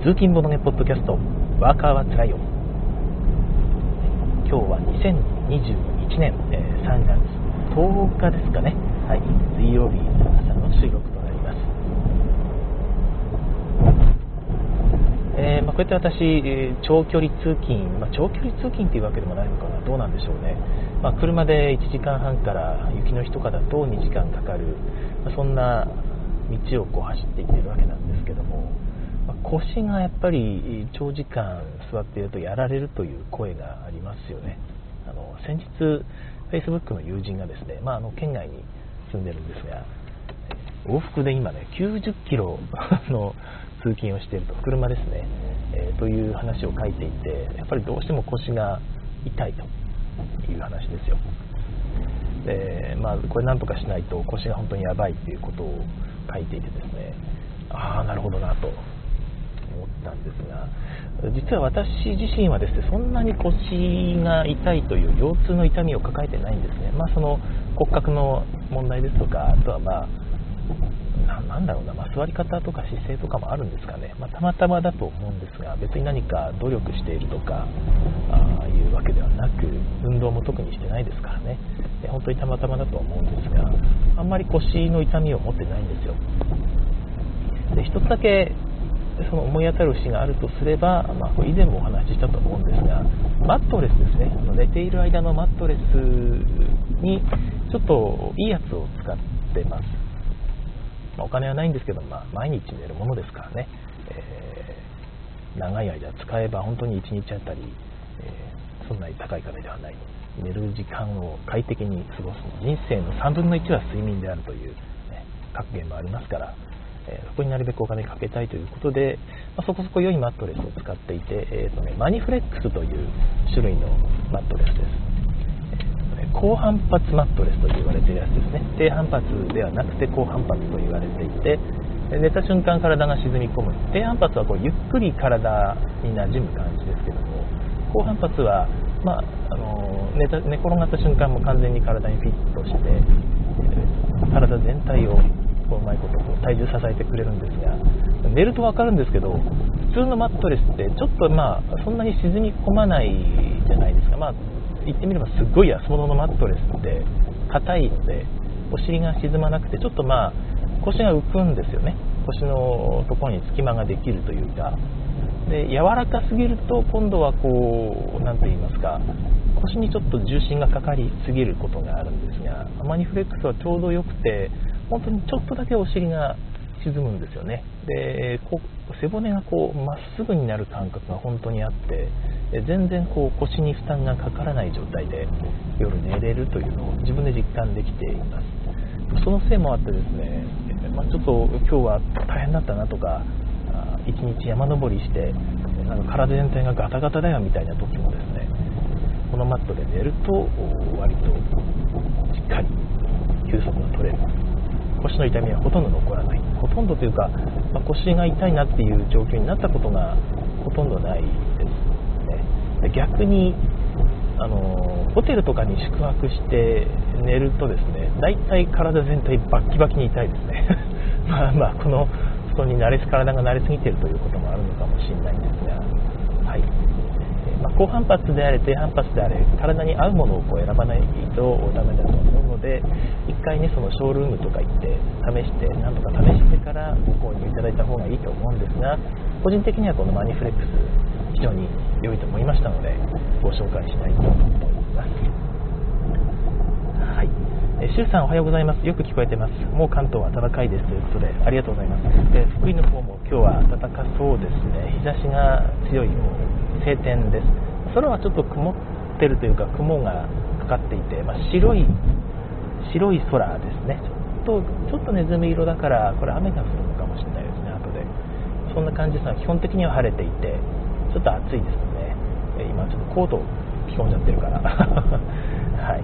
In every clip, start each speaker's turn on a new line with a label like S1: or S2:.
S1: 通勤ボドゲポッドキャスト、ワーカーはつらいよ。今日は2021年3月10日ですかね。はい、水曜日朝の収録となります。こうやって私、長距離通勤、長距離通勤というわけでもないのかな、どうなんでしょうね。車で1時間半から雪の日とかだと2時間かかる、そんな道を走っていっているわけなんですけども、腰がやっぱり長時間座っているとやられるという声がありますよね。先日 Facebook の友人がですね、県外に住んでるんですが、往復で今ね90キロの通勤をしていると、車ですね、という話を書いていて、やっぱりどうしても腰が痛いという話ですよ。で、これなんとかしないと腰が本当にやばいということを書いていてですね、なるほどなと思ったんですが、実は私自身はですね、そんなに腰が痛いという腰痛の痛みを抱えてないんですね。その骨格の問題ですとか、あとは座り方とか姿勢とかもあるんですかね。たまたまだと思うんですが、別に何か努力しているとかいうわけではなく、運動も特にしてないですからね。本当にたまたまだと思うんですが、あんまり腰の痛みを持ってないんですよ。で、一つだけその思い当たる節があるとすれば、以前もお話ししたと思うんですが、マットレスですね。寝ている間のマットレスにちょっといいやつを使ってます。お金はないんですけど、毎日寝るものですからね、長い間使えば本当に1日あたり、そんなに高い金ではない。寝る時間を快適に過ごす、人生の3分の1は睡眠であるという、格言もありますから、そこになるべくお金かけたいということで、そこそこ良いマットレスを使っていて、マニフレックスという種類のマットレスです。高反発マットレスと言われているやつですね。低反発ではなくて高反発と言われていて、寝た瞬間体が沈み込む。低反発はゆっくり体に馴染む感じですけども、高反発は、寝転がった瞬間も完全に体にフィットして、体全体をうまいこと体重支えてくれるんですが、寝ると分かるんですけど、普通のマットレスってちょっとそんなに沈み込まないじゃないですか。言ってみればすっごい安物のマットレスって硬いので、お尻が沈まなくてちょっと腰が浮くんですよね。腰のところに隙間ができるというか、で柔らかすぎると今度はなんて言いますか、腰にちょっと重心がかかりすぎることがあるんですが、マニフレックスはちょうどよくて、本当にちょっとだけお尻が沈むんですよね。で背骨がまっすぐになる感覚が本当にあって、全然腰に負担がかからない状態で夜寝れるというのを自分で実感できています。そのせいもあってですね、ちょっと今日は大変だったなとか、一日山登りして体全体がガタガタだよみたいな時もですね、このマットで寝ると割としっかり休息が取れる。腰の痛みはほとんど残らない。ほとんどというか、腰が痛いなっていう状況になったことがほとんどないですね。で逆にホテルとかに宿泊して寝るとですね、だいたい体全体バッキバキに痛いですね。この布団に体が慣れすぎているということもあるのかもしれないんですが、はい。高反発であれ低反発であれ、体に合うものを選ばないとダメだと思うので、一回ね、そのショールームとか行って何とか試してからご購入いただいた方がいいと思うんですが、個人的にはこのマニフレックス非常に良いと思いましたので、ご紹介したいと思います。はい。シュウさんおはようございます。よく聞こえてます。もう関東は暖かいですということでありがとうございます。福井の方も今日は暖かそうですね。日差しが強い、晴天です。空はちょっと曇ってるというか、雲がかかっていて、白い空ですね。ちょっとネズミ色だから、これ雨が降るのかもしれないですね、後で。そんな感じですが、基本的には晴れていて、ちょっと暑いですね。今ちょっとコートを着込んじゃってるからはい。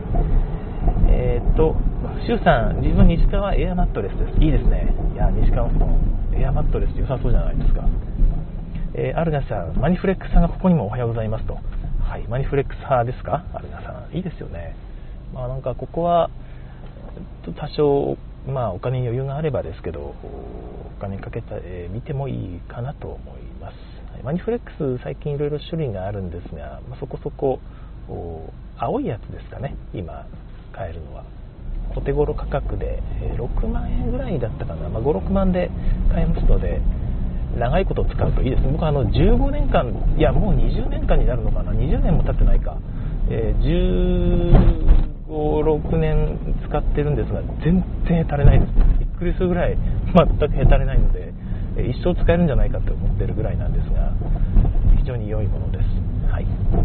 S1: シュウさん、自分西川エアマットレスです。いいですね。いや、西川さんエアマットレス良さそうじゃないですか。アルナさん、マニフレックスさんがここにもおはようございますと。はい、マニフレックス派ですか、アルナさん。いいですよね。ここは多少お金に余裕があればですけど、お金かけてみてもいいかなと思います。マニフレックス最近いろいろ種類があるんですが、そこそこ青いやつですかね、今買えるのはお手頃価格で6万円ぐらいだったかな、5、6万で買えますので、長いこと使うといいですね。僕は15年間、いやもう20年間になるのかな、20年も経ってないか、15、6年使ってるんですが、全然へたれないです。びっくりするぐらい全くへたれないので、一生使えるんじゃないかと思ってるぐらいなんですが、非常に良いものです。はい。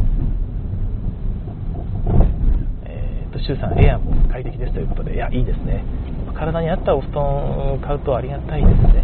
S1: シュウさん、エアも快適ですということで、いや、いいですね。体に合ったお布団を買うとありがたいですね。はい、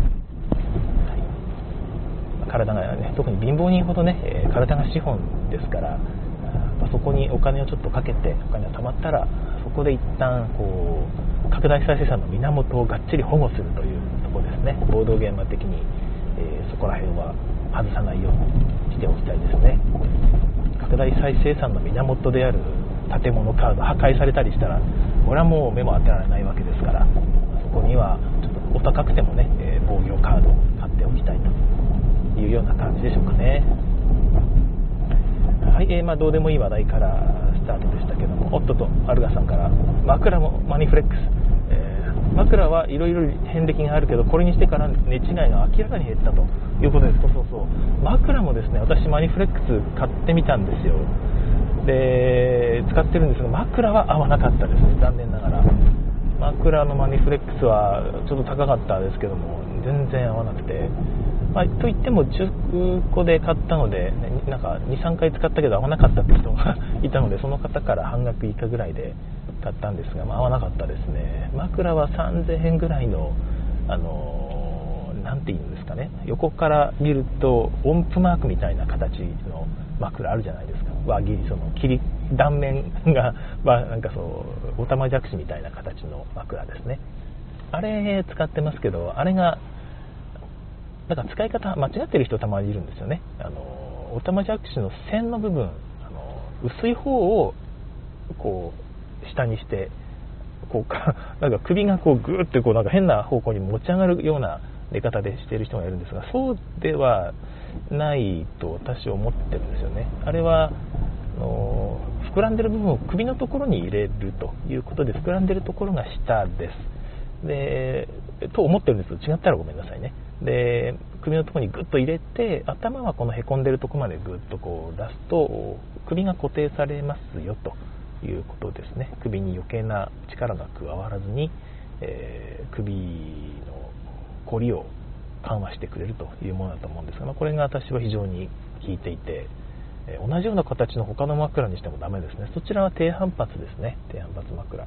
S1: 体がね、特に貧乏人ほどね、体が資本ですから、そこにお金をちょっとかけて、お金が貯まったら、そこで一旦拡大再生産の源をがっちり保護するというところですね。ボードゲーム的に、そこら辺は外さないようにしておきたいですね。拡大再生産の源である建物カード破壊されたりしたら、これはもう目も当てられないわけですから、そこにはちょっとお高くてもね、防御カードを買っておきたいというような感じでしょうかね。はい、どうでもいい話題からスタートでしたけども、おっととアルガさんから枕もマニフレックス、枕はいろいろ遍歴があるけど、これにしてから寝違いが明らかに減ったということです。そう枕もですね、私マニフレックス買ってみたんですよ。で使ってるんですが、枕は合わなかったですね、残念ながら。枕のマニフレックスはちょっと高かったですけども、全然合わなくて、といっても中古で買ったので、なんか 2,3 回使ったけど合わなかったって人がいたので、その方から半額以下ぐらいで買ったんですが、合わなかったですね。枕は3000円ぐらいのなんていうんですかね、横から見ると音符マークみたいな形の枕あるじゃないですか。輪切り、断面がなんかオタマジャクシみたいな形の枕ですね。あれ使ってますけど、あれがなんか使い方間違ってる人たまにいるんですよね。オタマジャクシの線の部分、薄い方を下にして、なんか首がグーってなんか変な方向に持ち上がるような寝方でしている人がいるんですが、そうではないと私は思ってるんですよね。あれは膨らんでる部分を首のところに入れるということで、膨らんでるところが下ですと思ってるんですけど、違ったらごめんなさいね。で首のところにグッと入れて、頭はこのへこんでるところまでグッと出すと首が固定されますよということですね。首に余計な力が加わらずに、首のこりを緩和してくれるというものだと思うんですが、これが私は非常に効いていて、同じような形の他の枕にしてもダメですね。そちらは低反発ですね。低反発枕、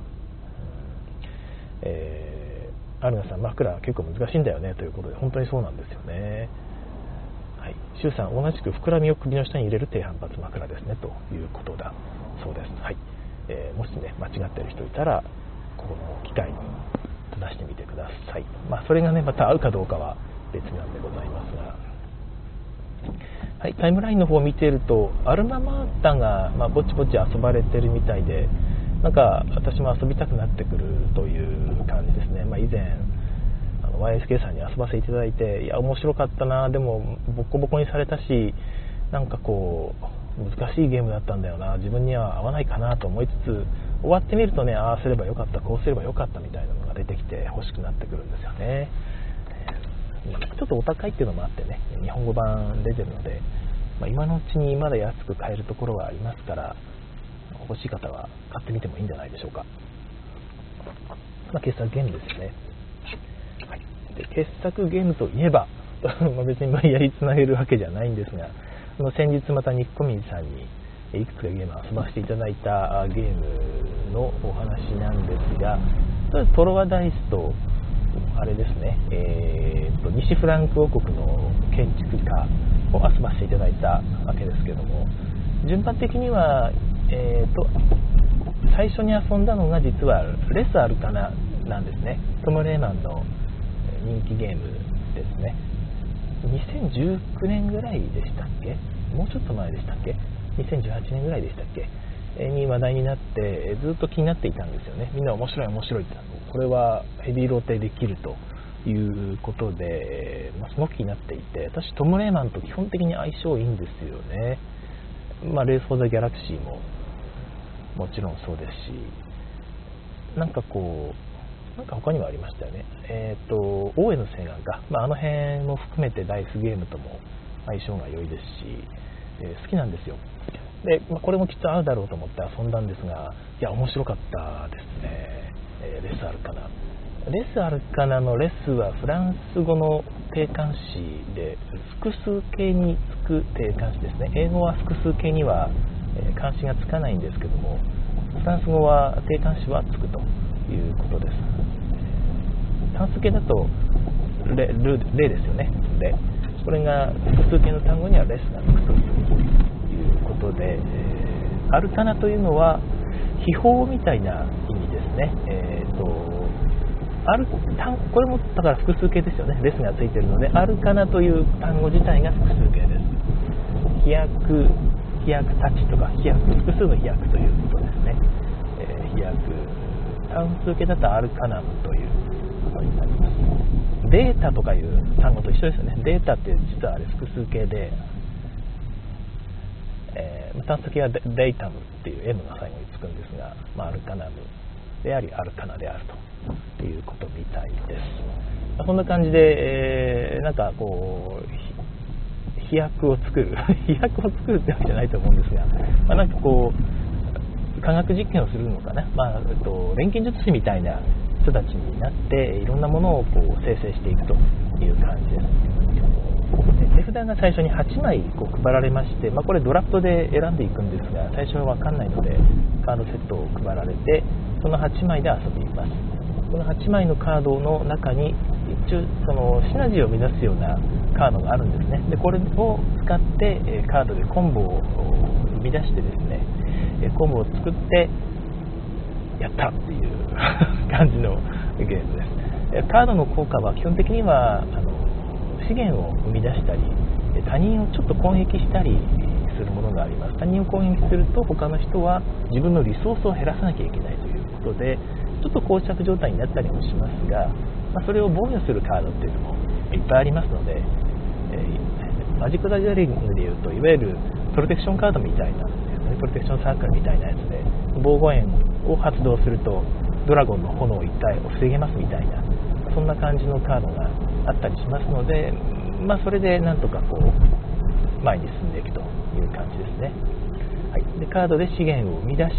S1: アルナさん、枕は結構難しいんだよねということで、本当にそうなんですよね。はい、シュウさん、同じく膨らみを首の下に入れる低反発枕ですねということだそうです。はい、もしね間違っている人いたら、この機会に出してみてください。それがねまた合うかどうかは別なんでございますが、はい、タイムラインの方を見ていると、アルママータが、ぼちぼち遊ばれてるみたいで、なんか私も遊びたくなってくるという感じですね。以前YSK さんに遊ばせていただいて、いや面白かったな、でもボコボコにされたし、なんか難しいゲームだったんだよな、自分には合わないかなと思いつつ、終わってみるとね、ああすればよかった、こうすればよかったみたいなのが出てきて欲しくなってくるんですよね。ちょっとお高いっていうのもあってね、日本語版出てるので、今のうちにまだ安く買えるところはありますから、欲しい方は買ってみてもいいんじゃないでしょうか。傑作ゲームですよね。はい、で傑作ゲームといえば別にやりつなげるわけじゃないんですが、先日またニッコミンさんにいくつかゲームを遊ばせていただいたゲームのお話なんですが、トロワダイスとあれですね、西フランク王国の建築家を遊ばせていただいたわけですけども、順番的には、最初に遊んだのが実はレス・アルカナなんですね。トム・レーマンの人気ゲームですね。2019年ぐらいでしたっけ、もうちょっと前でしたっけ、2018年ぐらいでしたっけ、 に話題になってずっと気になっていたんですよね。みんな面白い面白いって、これはヘビーローテできるということで、すごく気になっていて、私トム・レーマンと基本的に相性いいんですよね。レース・フォー・ザ・ギャラクシーももちろんそうですし、なんか他にもありましたよね。大江の請願か、あの辺も含めてダイスゲームとも相性が良いですし、好きなんですよ。で、これもきっと合うだろうと思って遊んだんですが、いや面白かったですね。レス・アルカナ。レス・アルカナのレスはフランス語の定冠詞で複数形につく定冠詞ですね。英語は複数形には冠詞がつかないんですけども、フランス語は定冠詞はつくということです。単数形だとレですよね。で、これが複数形の単語にはレスがつくということで、アルカナというのは秘宝みたいな意味ですね。これもだから複数形ですよね。レスがついているので、アルカナという単語自体が複数形です。飛躍たちとか複数の飛躍ということですね。飛躍、単数形だとアルカナムということになります。データとかいう単語と一緒ですよね。データって実はあれ複数形で、単数形はデータムっていう M が最後につくんですが、アルカナムでありアルカナであるということみたいです。そんな感じで、飛躍を作る飛躍を作るってわけじゃないと思うんですが、科学実験をするのかな、錬金術師みたいな人たちになっていろんなものを生成していくという感じです。手札が最初に8枚配られまして、これドラフトで選んでいくんですが、最初は分かんないのでカードセットを配られて、その8枚で遊びます。この8枚のカードの中に一応そのシナジーを生み出すようなカードがあるんですね。でこれを使ってカードでコンボを生み出してですね、コンボを作ってやったっていう感じのゲームです。カードの効果は基本的には資源を生み出したり、他人をちょっと攻撃したりするものがあります。他人を攻撃すると他の人は自分のリソースを減らさなきゃいけないということで、ちょっと膠着状態になったりもしますが、それを防御するカードっていうのもいっぱいありますので、マジック・ザ・ギャザリングでいうといわゆるプロテクションカードみたいな、プロテクションサークルみたいなやつで、防護円を発動するとドラゴンの炎を1体を防げますみたいな、そんな感じのカードがあったりしますので、それでなんとか前に進んでいくという感じですね。はい、でカードで資源を生み出して、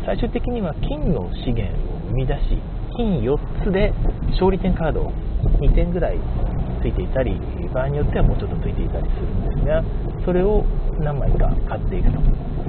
S1: 最終的には金の資源を生み出し、金4つで勝利点カード2点ぐらいついていたり、場合によってはもうちょっとついていたりするんですが、それを何枚か買っていくと。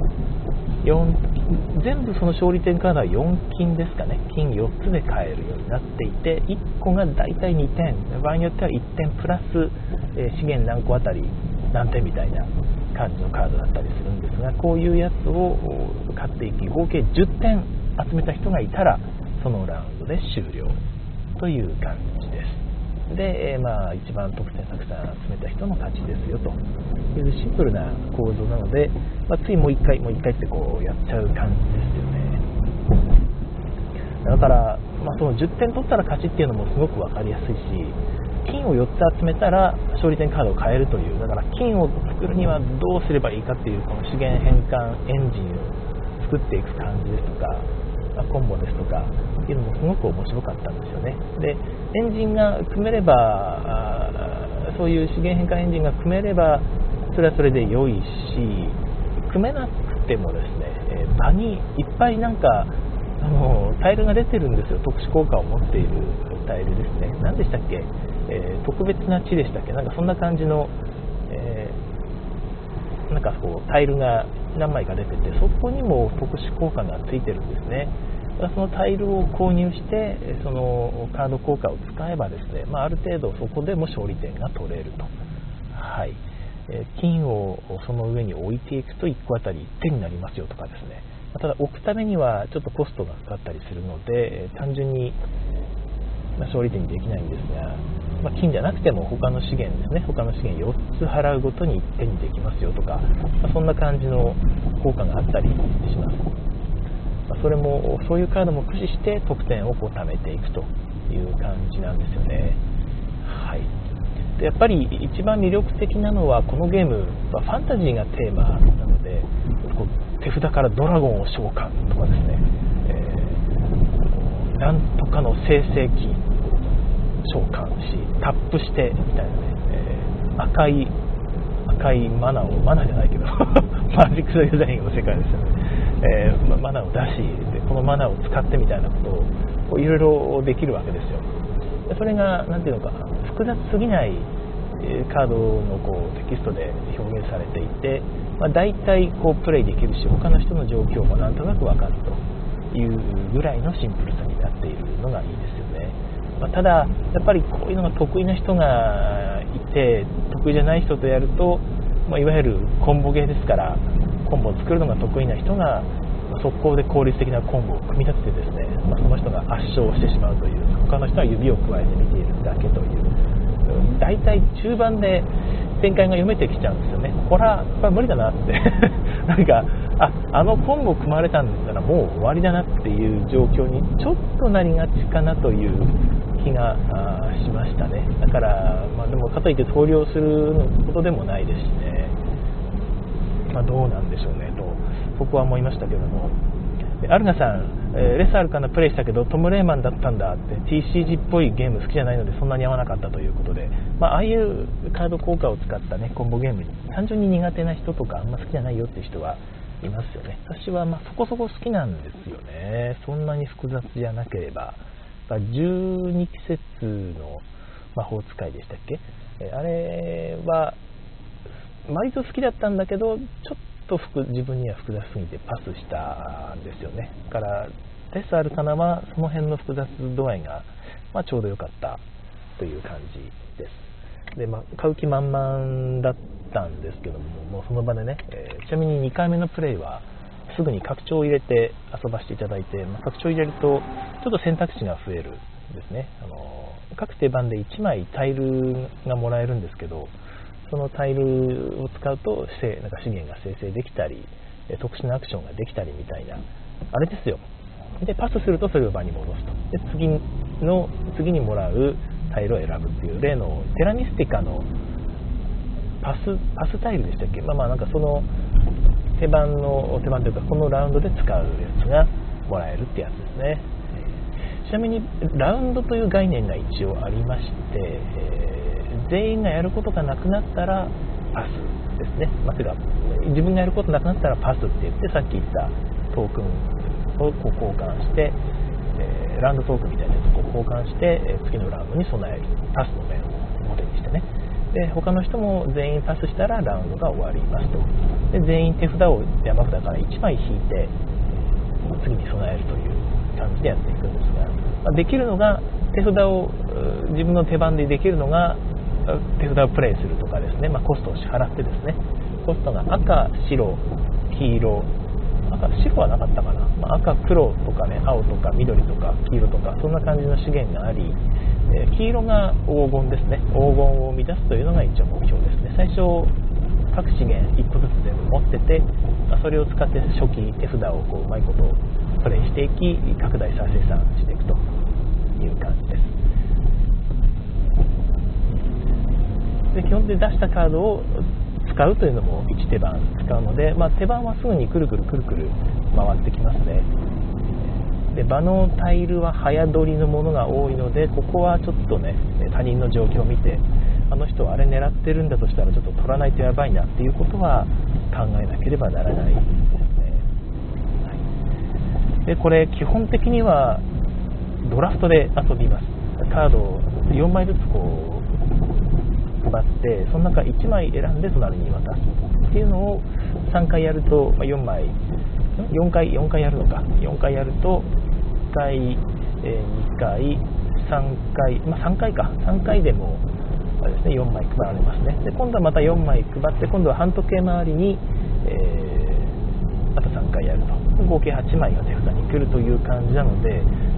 S1: 全部その勝利点カードは4金ですかね。金4つで買えるようになっていて、1個がだいたい2点、場合によっては1点プラス資源何個あたり何点みたいな感じのカードだったりするんですが、こういうやつを買っていき、合計10点集めた人がいたらそのラウンドで終了という感じです。で、一番得点たくさん集めた人の勝ちですよというシンプルな構造なので、ついもう一回ってやっちゃう感じですよね。だから、その10点取ったら勝ちっていうのもすごく分かりやすいし、金を4つ集めたら勝利点カードを買えるという、だから金を作るにはどうすればいいかっていう、この資源変換エンジンを作っていく感じですとか、コンボですとかっていうのもすごく面白かったんですよね。で、エンジンが組めれば、そういう資源変換エンジンが組めればそれはそれで良いし、組めなくてもですね、場にいっぱいタイルが出てるんですよ。特殊効果を持っているタイルですね。何でしたっけ、特別な地でしたっけ、そんな感じの、タイルが何枚か出てて、そこにも特殊効果がついてるんですね。そのタイルを購入してそのカード効果を使えばですね、ある程度そこでも勝利点が取れると。はい、金をその上に置いていくと1個あたり1点になりますよとかですね。ただ置くためにはちょっとコストがかかったりするので、単純に勝利点にできないんですが、金じゃなくても他の資源ですね、他の資源4つ払うごとに1点にできますよとか、そんな感じの効果があったりします。それもそういうカードも駆使して得点を貯めていくという感じなんですよね。はい。でやっぱり一番魅力的なのは、このゲームはファンタジーがテーマなので、手札からドラゴンを召喚とかですね、なんとかの生成器召喚しタップしてみたいなね、赤いマナじゃないけどマジック・ザ・ギャザリングの世界ですよね、マナを出しでこのマナを使ってみたいなことをいろいろできるわけですよ。それがなんていうのか複雑すぎないカードのテキストで表現されていて、大体プレイできるし、他の人の状況もなんとなく分かるというぐらいのシンプルさになっているのがいいですよね。ただやっぱりこういうのが得意な人がいて、得意じゃない人とやると、いわゆるコンボゲーですから、コンボを作るのが得意な人が速攻で効率的なコンボを組み立ててですね、その人が圧勝してしまうという、他の人は指を加えて見ているだけという、大体中盤で展開が読めてきちゃうんですよね。これは無理だなってなんかあのコンボ組まれたんだったらもう終わりだなっていう状況にちょっとなりがちかなという気がしましたね。だから、でもかといって投了することでもないですしね、どうなんでしょうねと僕は思いましたけども。アルガさん、レスアルカナプレイしたけどトム・レーマンだったんだって、 TCG っぽいゲーム好きじゃないのでそんなに合わなかったということで、ああいうカード効果を使ったねコンボゲームに単純に苦手な人とかあんま好きじゃないよっていう人はいますよね。私はそこそこ好きなんですよね。そんなに複雑じゃなければ。12季節の魔法使いでしたっけ、あれは割と好きだったんだけど、ちょっと自分には複雑すぎてパスしたんですよね。だからレスアルカナはその辺の複雑度合いが、ちょうど良かったという感じです。で、買う気満々だったんですけども、その場でね、ちなみに2回目のプレイはすぐに拡張を入れて遊ばせていただいて、拡張を入れるとちょっと選択肢が増えるんですね。各手番で1枚タイルがもらえるんですけど、そのタイルを使うとなんか資源が生成できたり、特殊なアクションができたりみたいな、あれですよ。でパスするとそれを場に戻すと。で次にもらうタイルを選ぶっていう例のテラミスティカのパスタイルでしたっけ。なんかその手番というかこのラウンドで使うやつがもらえるってやつですね。ちなみにラウンドという概念が一応ありまして、全員がやることがなくなったらパスですね。というか自分がやることなくなったらパスって言って、さっき言ったトークンを交換して、ラウンドトークンみたいなやつを交換して、次のラウンドに備えるパスの面をモデルにしてね。で他の人も全員パスしたらラウンドが終わりますと。で全員手札を山札から1枚引いて次に備えるという感じでやっていくんですが、できるのが手札を自分の手番でできるのが手札をプレイするとかですね、コストを支払ってですね、コストが赤、白、黄色、白はなかったかな、赤、黒とかね、青とか緑とか黄色とかそんな感じの資源があり、黄色が黄金ですね。黄金を生み出すというのが一応目標ですね。最初各資源1個ずつ全部持ってて、それを使って初期手札をうまいことプレイしていき、拡大再生産していくという感じです。で基本で出したカードを使うというのも1手番使うので、手番はすぐにくるくる回ってきますね。で場のタイルは早取りのものが多いので、ここはちょっとね他人の状況を見て、あの人はあれ狙ってるんだとしたらちょっと取らないとやばいなっていうことは考えなければならないですね。でこれ基本的にはドラフトで遊びます。カードを4枚ずつ配って、その中1枚選んで隣に渡すっていうのを3回やると、4回やるのか、4回やると1回、2回、3回、3回でもあれですね、4枚配られますね。で今度はまた4枚配って、今度は半時計回りに、あと3回やると、合計8枚が手札に来るという感じなので、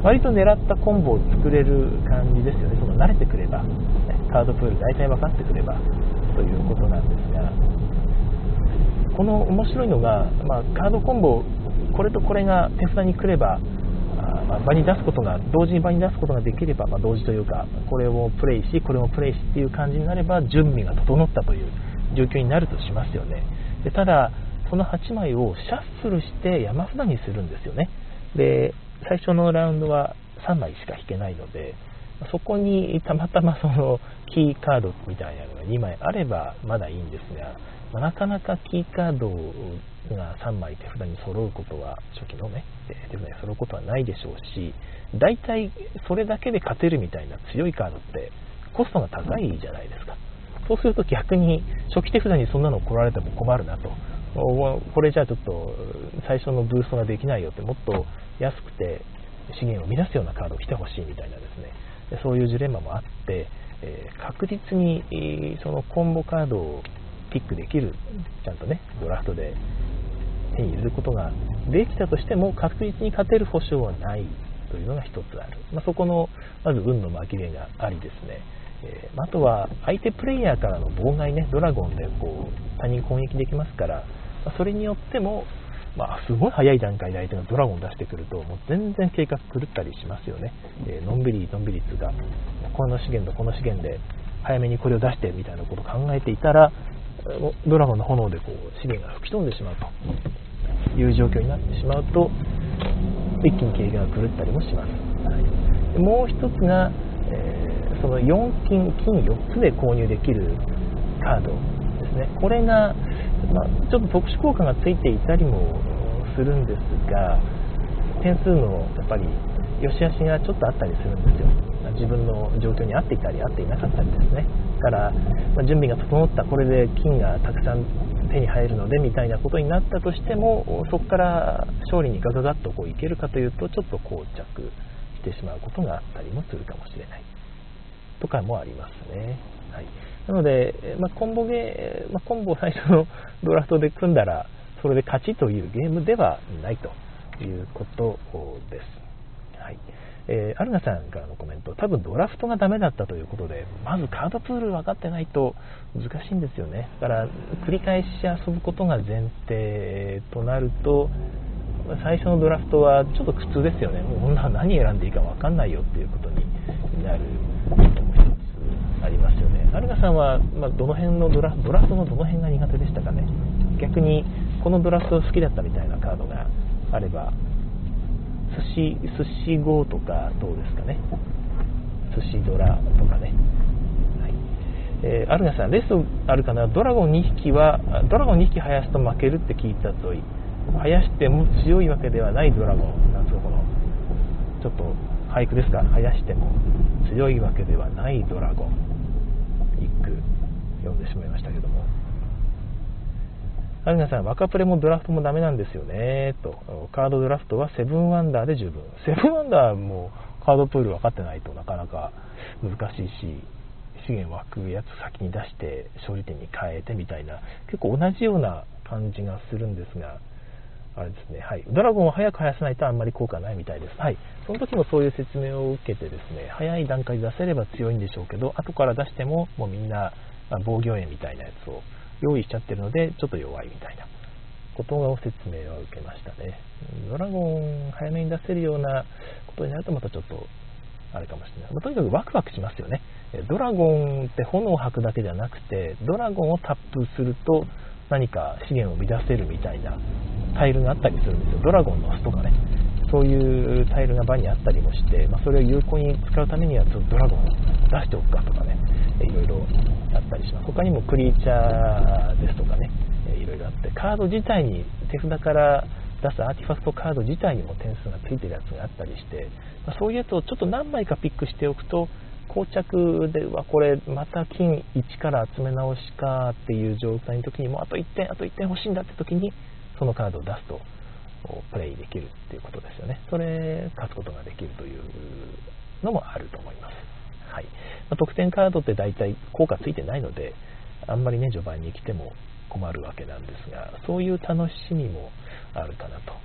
S1: 割と狙ったコンボを作れる感じですよね。その慣れてくれば、カードプール大体分かってくればということなんですが、この面白いのが、カードコンボ、これとこれが手札に来れば、場に出すことが、同時に場に出すことができれば、同時というか、これをプレイし、これもプレイしっていう感じになれば、準備が整ったという状況になるとしますよね。でただ、その8枚をシャッフルして山札にするんですよね。で、最初のラウンドは3枚しか引けないので、そこにたまたまそのキーカードみたいなのが2枚あればまだいいんですが、なかなかキーカードが3枚手札に揃うことは、初期のね、手札に揃うことはないでしょうし、大体それだけで勝てるみたいな強いカードってコストが高いじゃないですか。そうすると逆に初期手札にそんなの来られても困るなと。これじゃあちょっと最初のブーストができないよって、もっと安くて資源を生み出すようなカードを来てほしいみたいなですね、そういうジレンマもあって、確実にそのコンボカードをピックできる、ちゃんとねドラフトで手に入れることができたとしても確実に勝てる保証はないというのが一つある、そこのまず運の紛れがありですね、あとは相手プレイヤーからの妨害ね、ドラゴンでこう他人攻撃できますから、それによっても、すごい早い段階で相手がドラゴンを出してくると、もう全然計画狂ったりしますよね。のんびりというか、この資源とこの資源で早めにこれを出してみたいなことを考えていたら、ドラゴンの炎でこう資源が吹き飛んでしまうという状況になってしまうと、一気に計画が狂ったりもします。もう一つが、その4金4つで購入できるカードですね。これが、ちょっと特殊効果がついていたりもするんですが、点数のやっぱり良し悪しがちょっとあったりするんですよ。自分の状況に合っていたり合っていなかったりですね。だから、準備が整った、これで金がたくさん手に入るのでみたいなことになったとしても、そこから勝利にガガガッとこういけるかというと、ちょっと膠着してしまうことがあったりもするかもしれないとかもありますね。はい、なので、コンボを最初のドラフトで組んだらそれで勝ちというゲームではないということです。はい、アルナさんからのコメント、多分ドラフトがダメだったということで、まずカードプール分かってないと難しいんですよね。だから繰り返し遊ぶことが前提となると、最初のドラフトはちょっと苦痛ですよね。もう何選んでいいか分かんないよっていうことになることも一つありますよね。アルガさんは、どの辺のドラフトのどの辺が苦手でしたかね。逆にこのドラフト好きだったみたいなカードがあれば、寿司号とかどうですかね。寿司ドラとかね。はい、アルガさん、レストあるかな。ドラゴン2匹生やすと負けるって聞いたといい。生やしても強いわけではないドラゴンなんですが、このちょっと俳句ですか。生やしても強いわけではないドラゴン、一句読んでしまいましたけども、アルナさん、若プレもドラフトもダメなんですよねと。カードドラフトは7ワンダーで十分。7ワンダーもカードプール分かってないとなかなか難しいし、資源湧くやつ先に出して勝利点に変えてみたいな、結構同じような感じがするんですが、あれですね、はい、ドラゴンを早く生やさないとあんまり効果ないみたいです。はい、その時もそういう説明を受けてですね、早い段階で出せれば強いんでしょうけど、後から出してももうみんな防御円みたいなやつを用意しちゃってるのでちょっと弱いみたいなことを説明は受けましたね。ドラゴン早めに出せるようなことになるとまたちょっとあれかもしれない。とにかくワクワクしますよね。ドラゴンって炎を吐くだけじゃなくて、ドラゴンをタップすると何か資源を生み出せるみたいなタイルがあったりするんですよ。ドラゴンの巣とかね、そういうタイルが場にあったりもして、それを有効に使うためにはちょっとドラゴンを出しておくかとかね、いろいろあったりします。他にもクリーチャーですとかね、いろいろあって、カード自体に手札から出すアーティファクトカード自体にも点数がついてるやつがあったりして、そういうやつをちょっと何枚かピックしておくと、膠着ではこれまた金1から集め直しかっていう状態の時にも、あと1点欲しいんだって時にそのカードを出すとプレイできるっていうことですよね。それ勝つことができるというのもあると思います。はい、得点カードって大体効果ついてないので、あんまりね序盤に来ても困るわけなんですが、そういう楽しみもあるかなと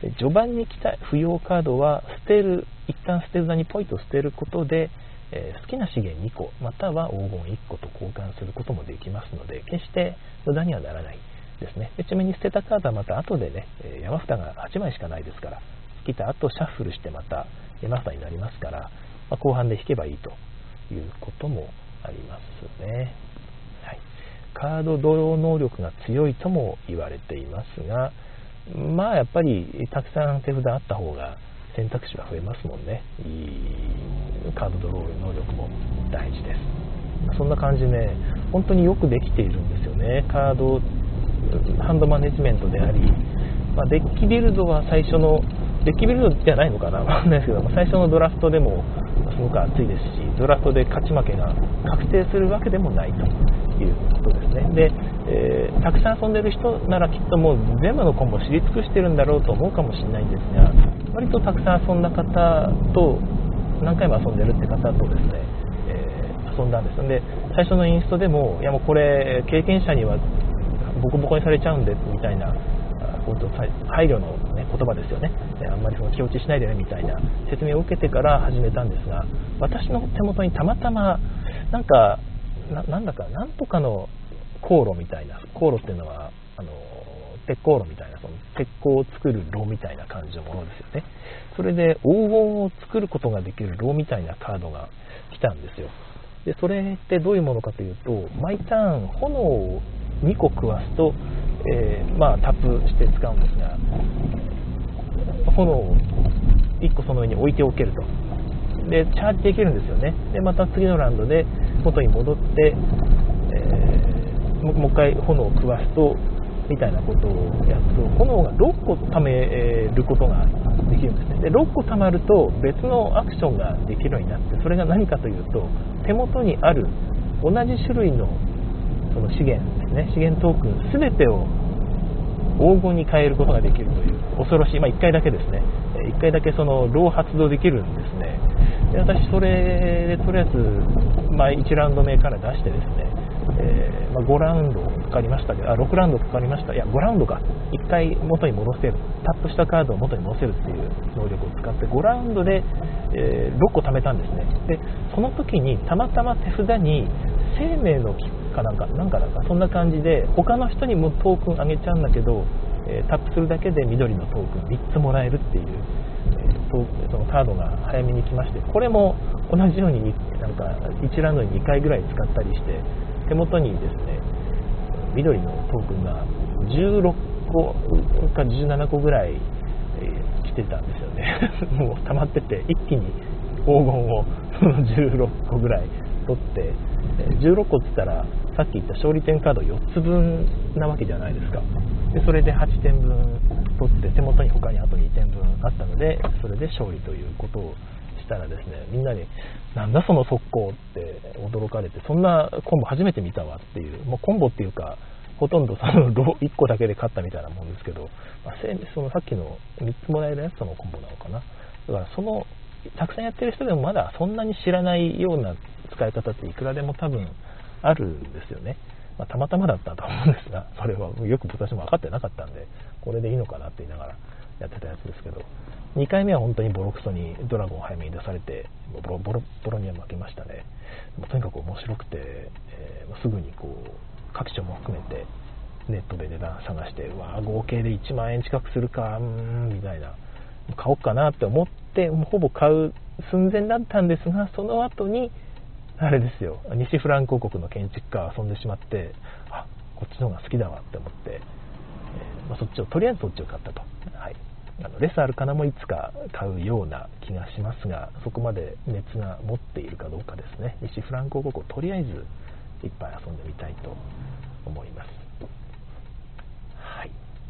S1: 序盤に来た不要カードは一旦捨て札にポイと捨てることで、好きな資源2個または黄金1個と交換することもできますので、決して無駄にはならないですね。でちなみに捨てたカードはまた後でね、山札が8枚しかないですから、来た後シャッフルしてまた山札になりますから、後半で引けばいいということもありますね。はい、カードドロー能力が強いとも言われていますが、やっぱりたくさん手札あった方が選択肢は増えますもんね。カードドロー能力も大事です。そんな感じね、本当によくできているんですよね。カードハンドマネジメントであり、デッキビルドは最初のデッキビルドじゃないのかな、わかんないですけど、最初のドラフトでもすごく熱いですし、ドラフトで勝ち負けが確定するわけでもないということですね。で、たくさん遊んでる人ならきっともう全部のコンボ知り尽くしてるんだろうと思うかもしれないんですが、割とたくさん遊んだ方と何回も遊んでるって方とですね、遊んだんですので、最初のインストでもいやもうこれ経験者にはボコボコにされちゃうんでみたいな配慮の、ね、言葉ですよね。あんまりその気落ちしないでねみたいな説明を受けてから始めたんですが、私の手元にたまたまなんとかの航路みたいな、航路っていうのは鉄鋼炉みたいな、その鉄鋼を作る炉みたいな感じのものですよね。それで黄金を作ることができる炉みたいなカードが来たんですよ。でそれってどういうものかというと、毎ターン炎を2個食わすと、タップして使うんですが、炎を1個その上に置いておけると。でチャージできるんですよね。でまた次のラウンドで元に戻って、もう一回炎を食わすとみたいなことをやると、炎が6個貯めることができるんですね。で6個貯まると別のアクションができるようになって、それが何かというと、手元にある同じ種類のその資源ですね、資源トークン全てを黄金に変えることができるという恐ろしい、1回だけですね、1回だけその炉を発動できるんですね。で私それでとりあえず、1ラウンド目から出してですね、5ラウンドかかりましたけど、6ラウンドかかりました、いや5ラウンドか、1回元に戻せる、タップしたカードを元に戻せるっていう能力を使って5ラウンドで、6個貯めたんですね。でその時にたまたま手札に生命の木かなんかそんな感じで、他の人にもトークンあげちゃうんだけど、タップするだけで緑のトークン3つもらえるっていう、そのカードが早めに来まして、これも同じように1ラウンドに2回ぐらい使ったりして、手元にですね緑のトークンが16個か17個ぐらい来てたんですよねもう溜まってて、一気に黄金を16個ぐらい取って、16個って言ったらさっき言った勝利点カード4つ分なわけじゃないですか。でそれで8点分取って、手元に他にあと2点分あったので、それで勝利ということをしたらですね、みんなになんだその速攻って驚かれて、そんなコンボ初めて見たわっていう、もうコンボっていうかほとんどその1個だけで勝ったみたいなもんですけど、そのさっきの3つもらえるやつのコンボなのかな。だからそのたくさんやってる人でもまだそんなに知らないような使い方っていくらでも多分あるんですよね。たまたまだったと思うんですが、それはよく私も分かってなかったんで、これでいいのかなって言いながらやってたやつですけど、2回目は本当にボロクソにドラゴンを早めに出されて、ボロには負けましたね。もうとにかく面白くて、すぐに各所も含めてネットで値段探して、合計で1万円近くするかみたいな、買おうかなって思ってほぼ買う寸前だったんですが、その後にあれですよ、西フランク王国の建築家を遊んでしまって、こっちの方が好きだわって思って、とりあえずそっちを買ったと。はい、レスアルカナもいつか買うような気がしますが、そこまで熱が持っているかどうかですね。西フランク王国をとりあえずいっぱい遊んでみたいと思います。はい、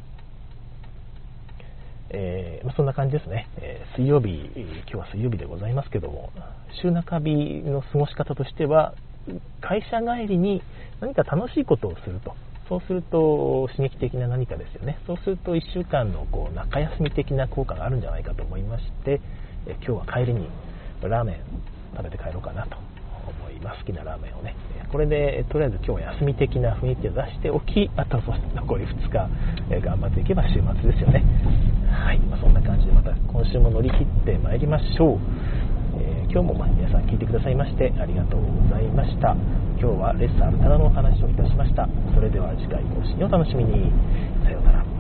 S1: そんな感じですね。水曜日、今日は水曜日でございますけども、週中日の過ごし方としては、会社帰りに何か楽しいことをすると。そうすると刺激的な何かですよね。そうすると1週間の中休み的な効果があるんじゃないかと思いまして、今日は帰りにラーメン食べて帰ろうかなと思います。好きなラーメンをね、 これでとりあえず今日は休み的な雰囲気を出しておき、あと残り2日、頑張っていけば週末ですよね。はい、そんな感じでまた今週も乗り切ってまいりましょう。今日も皆さん聞いてくださいましてありがとうございました。今日はレッサーアルタナのお話をいたしました。それでは次回更新をお楽しみに。さようなら。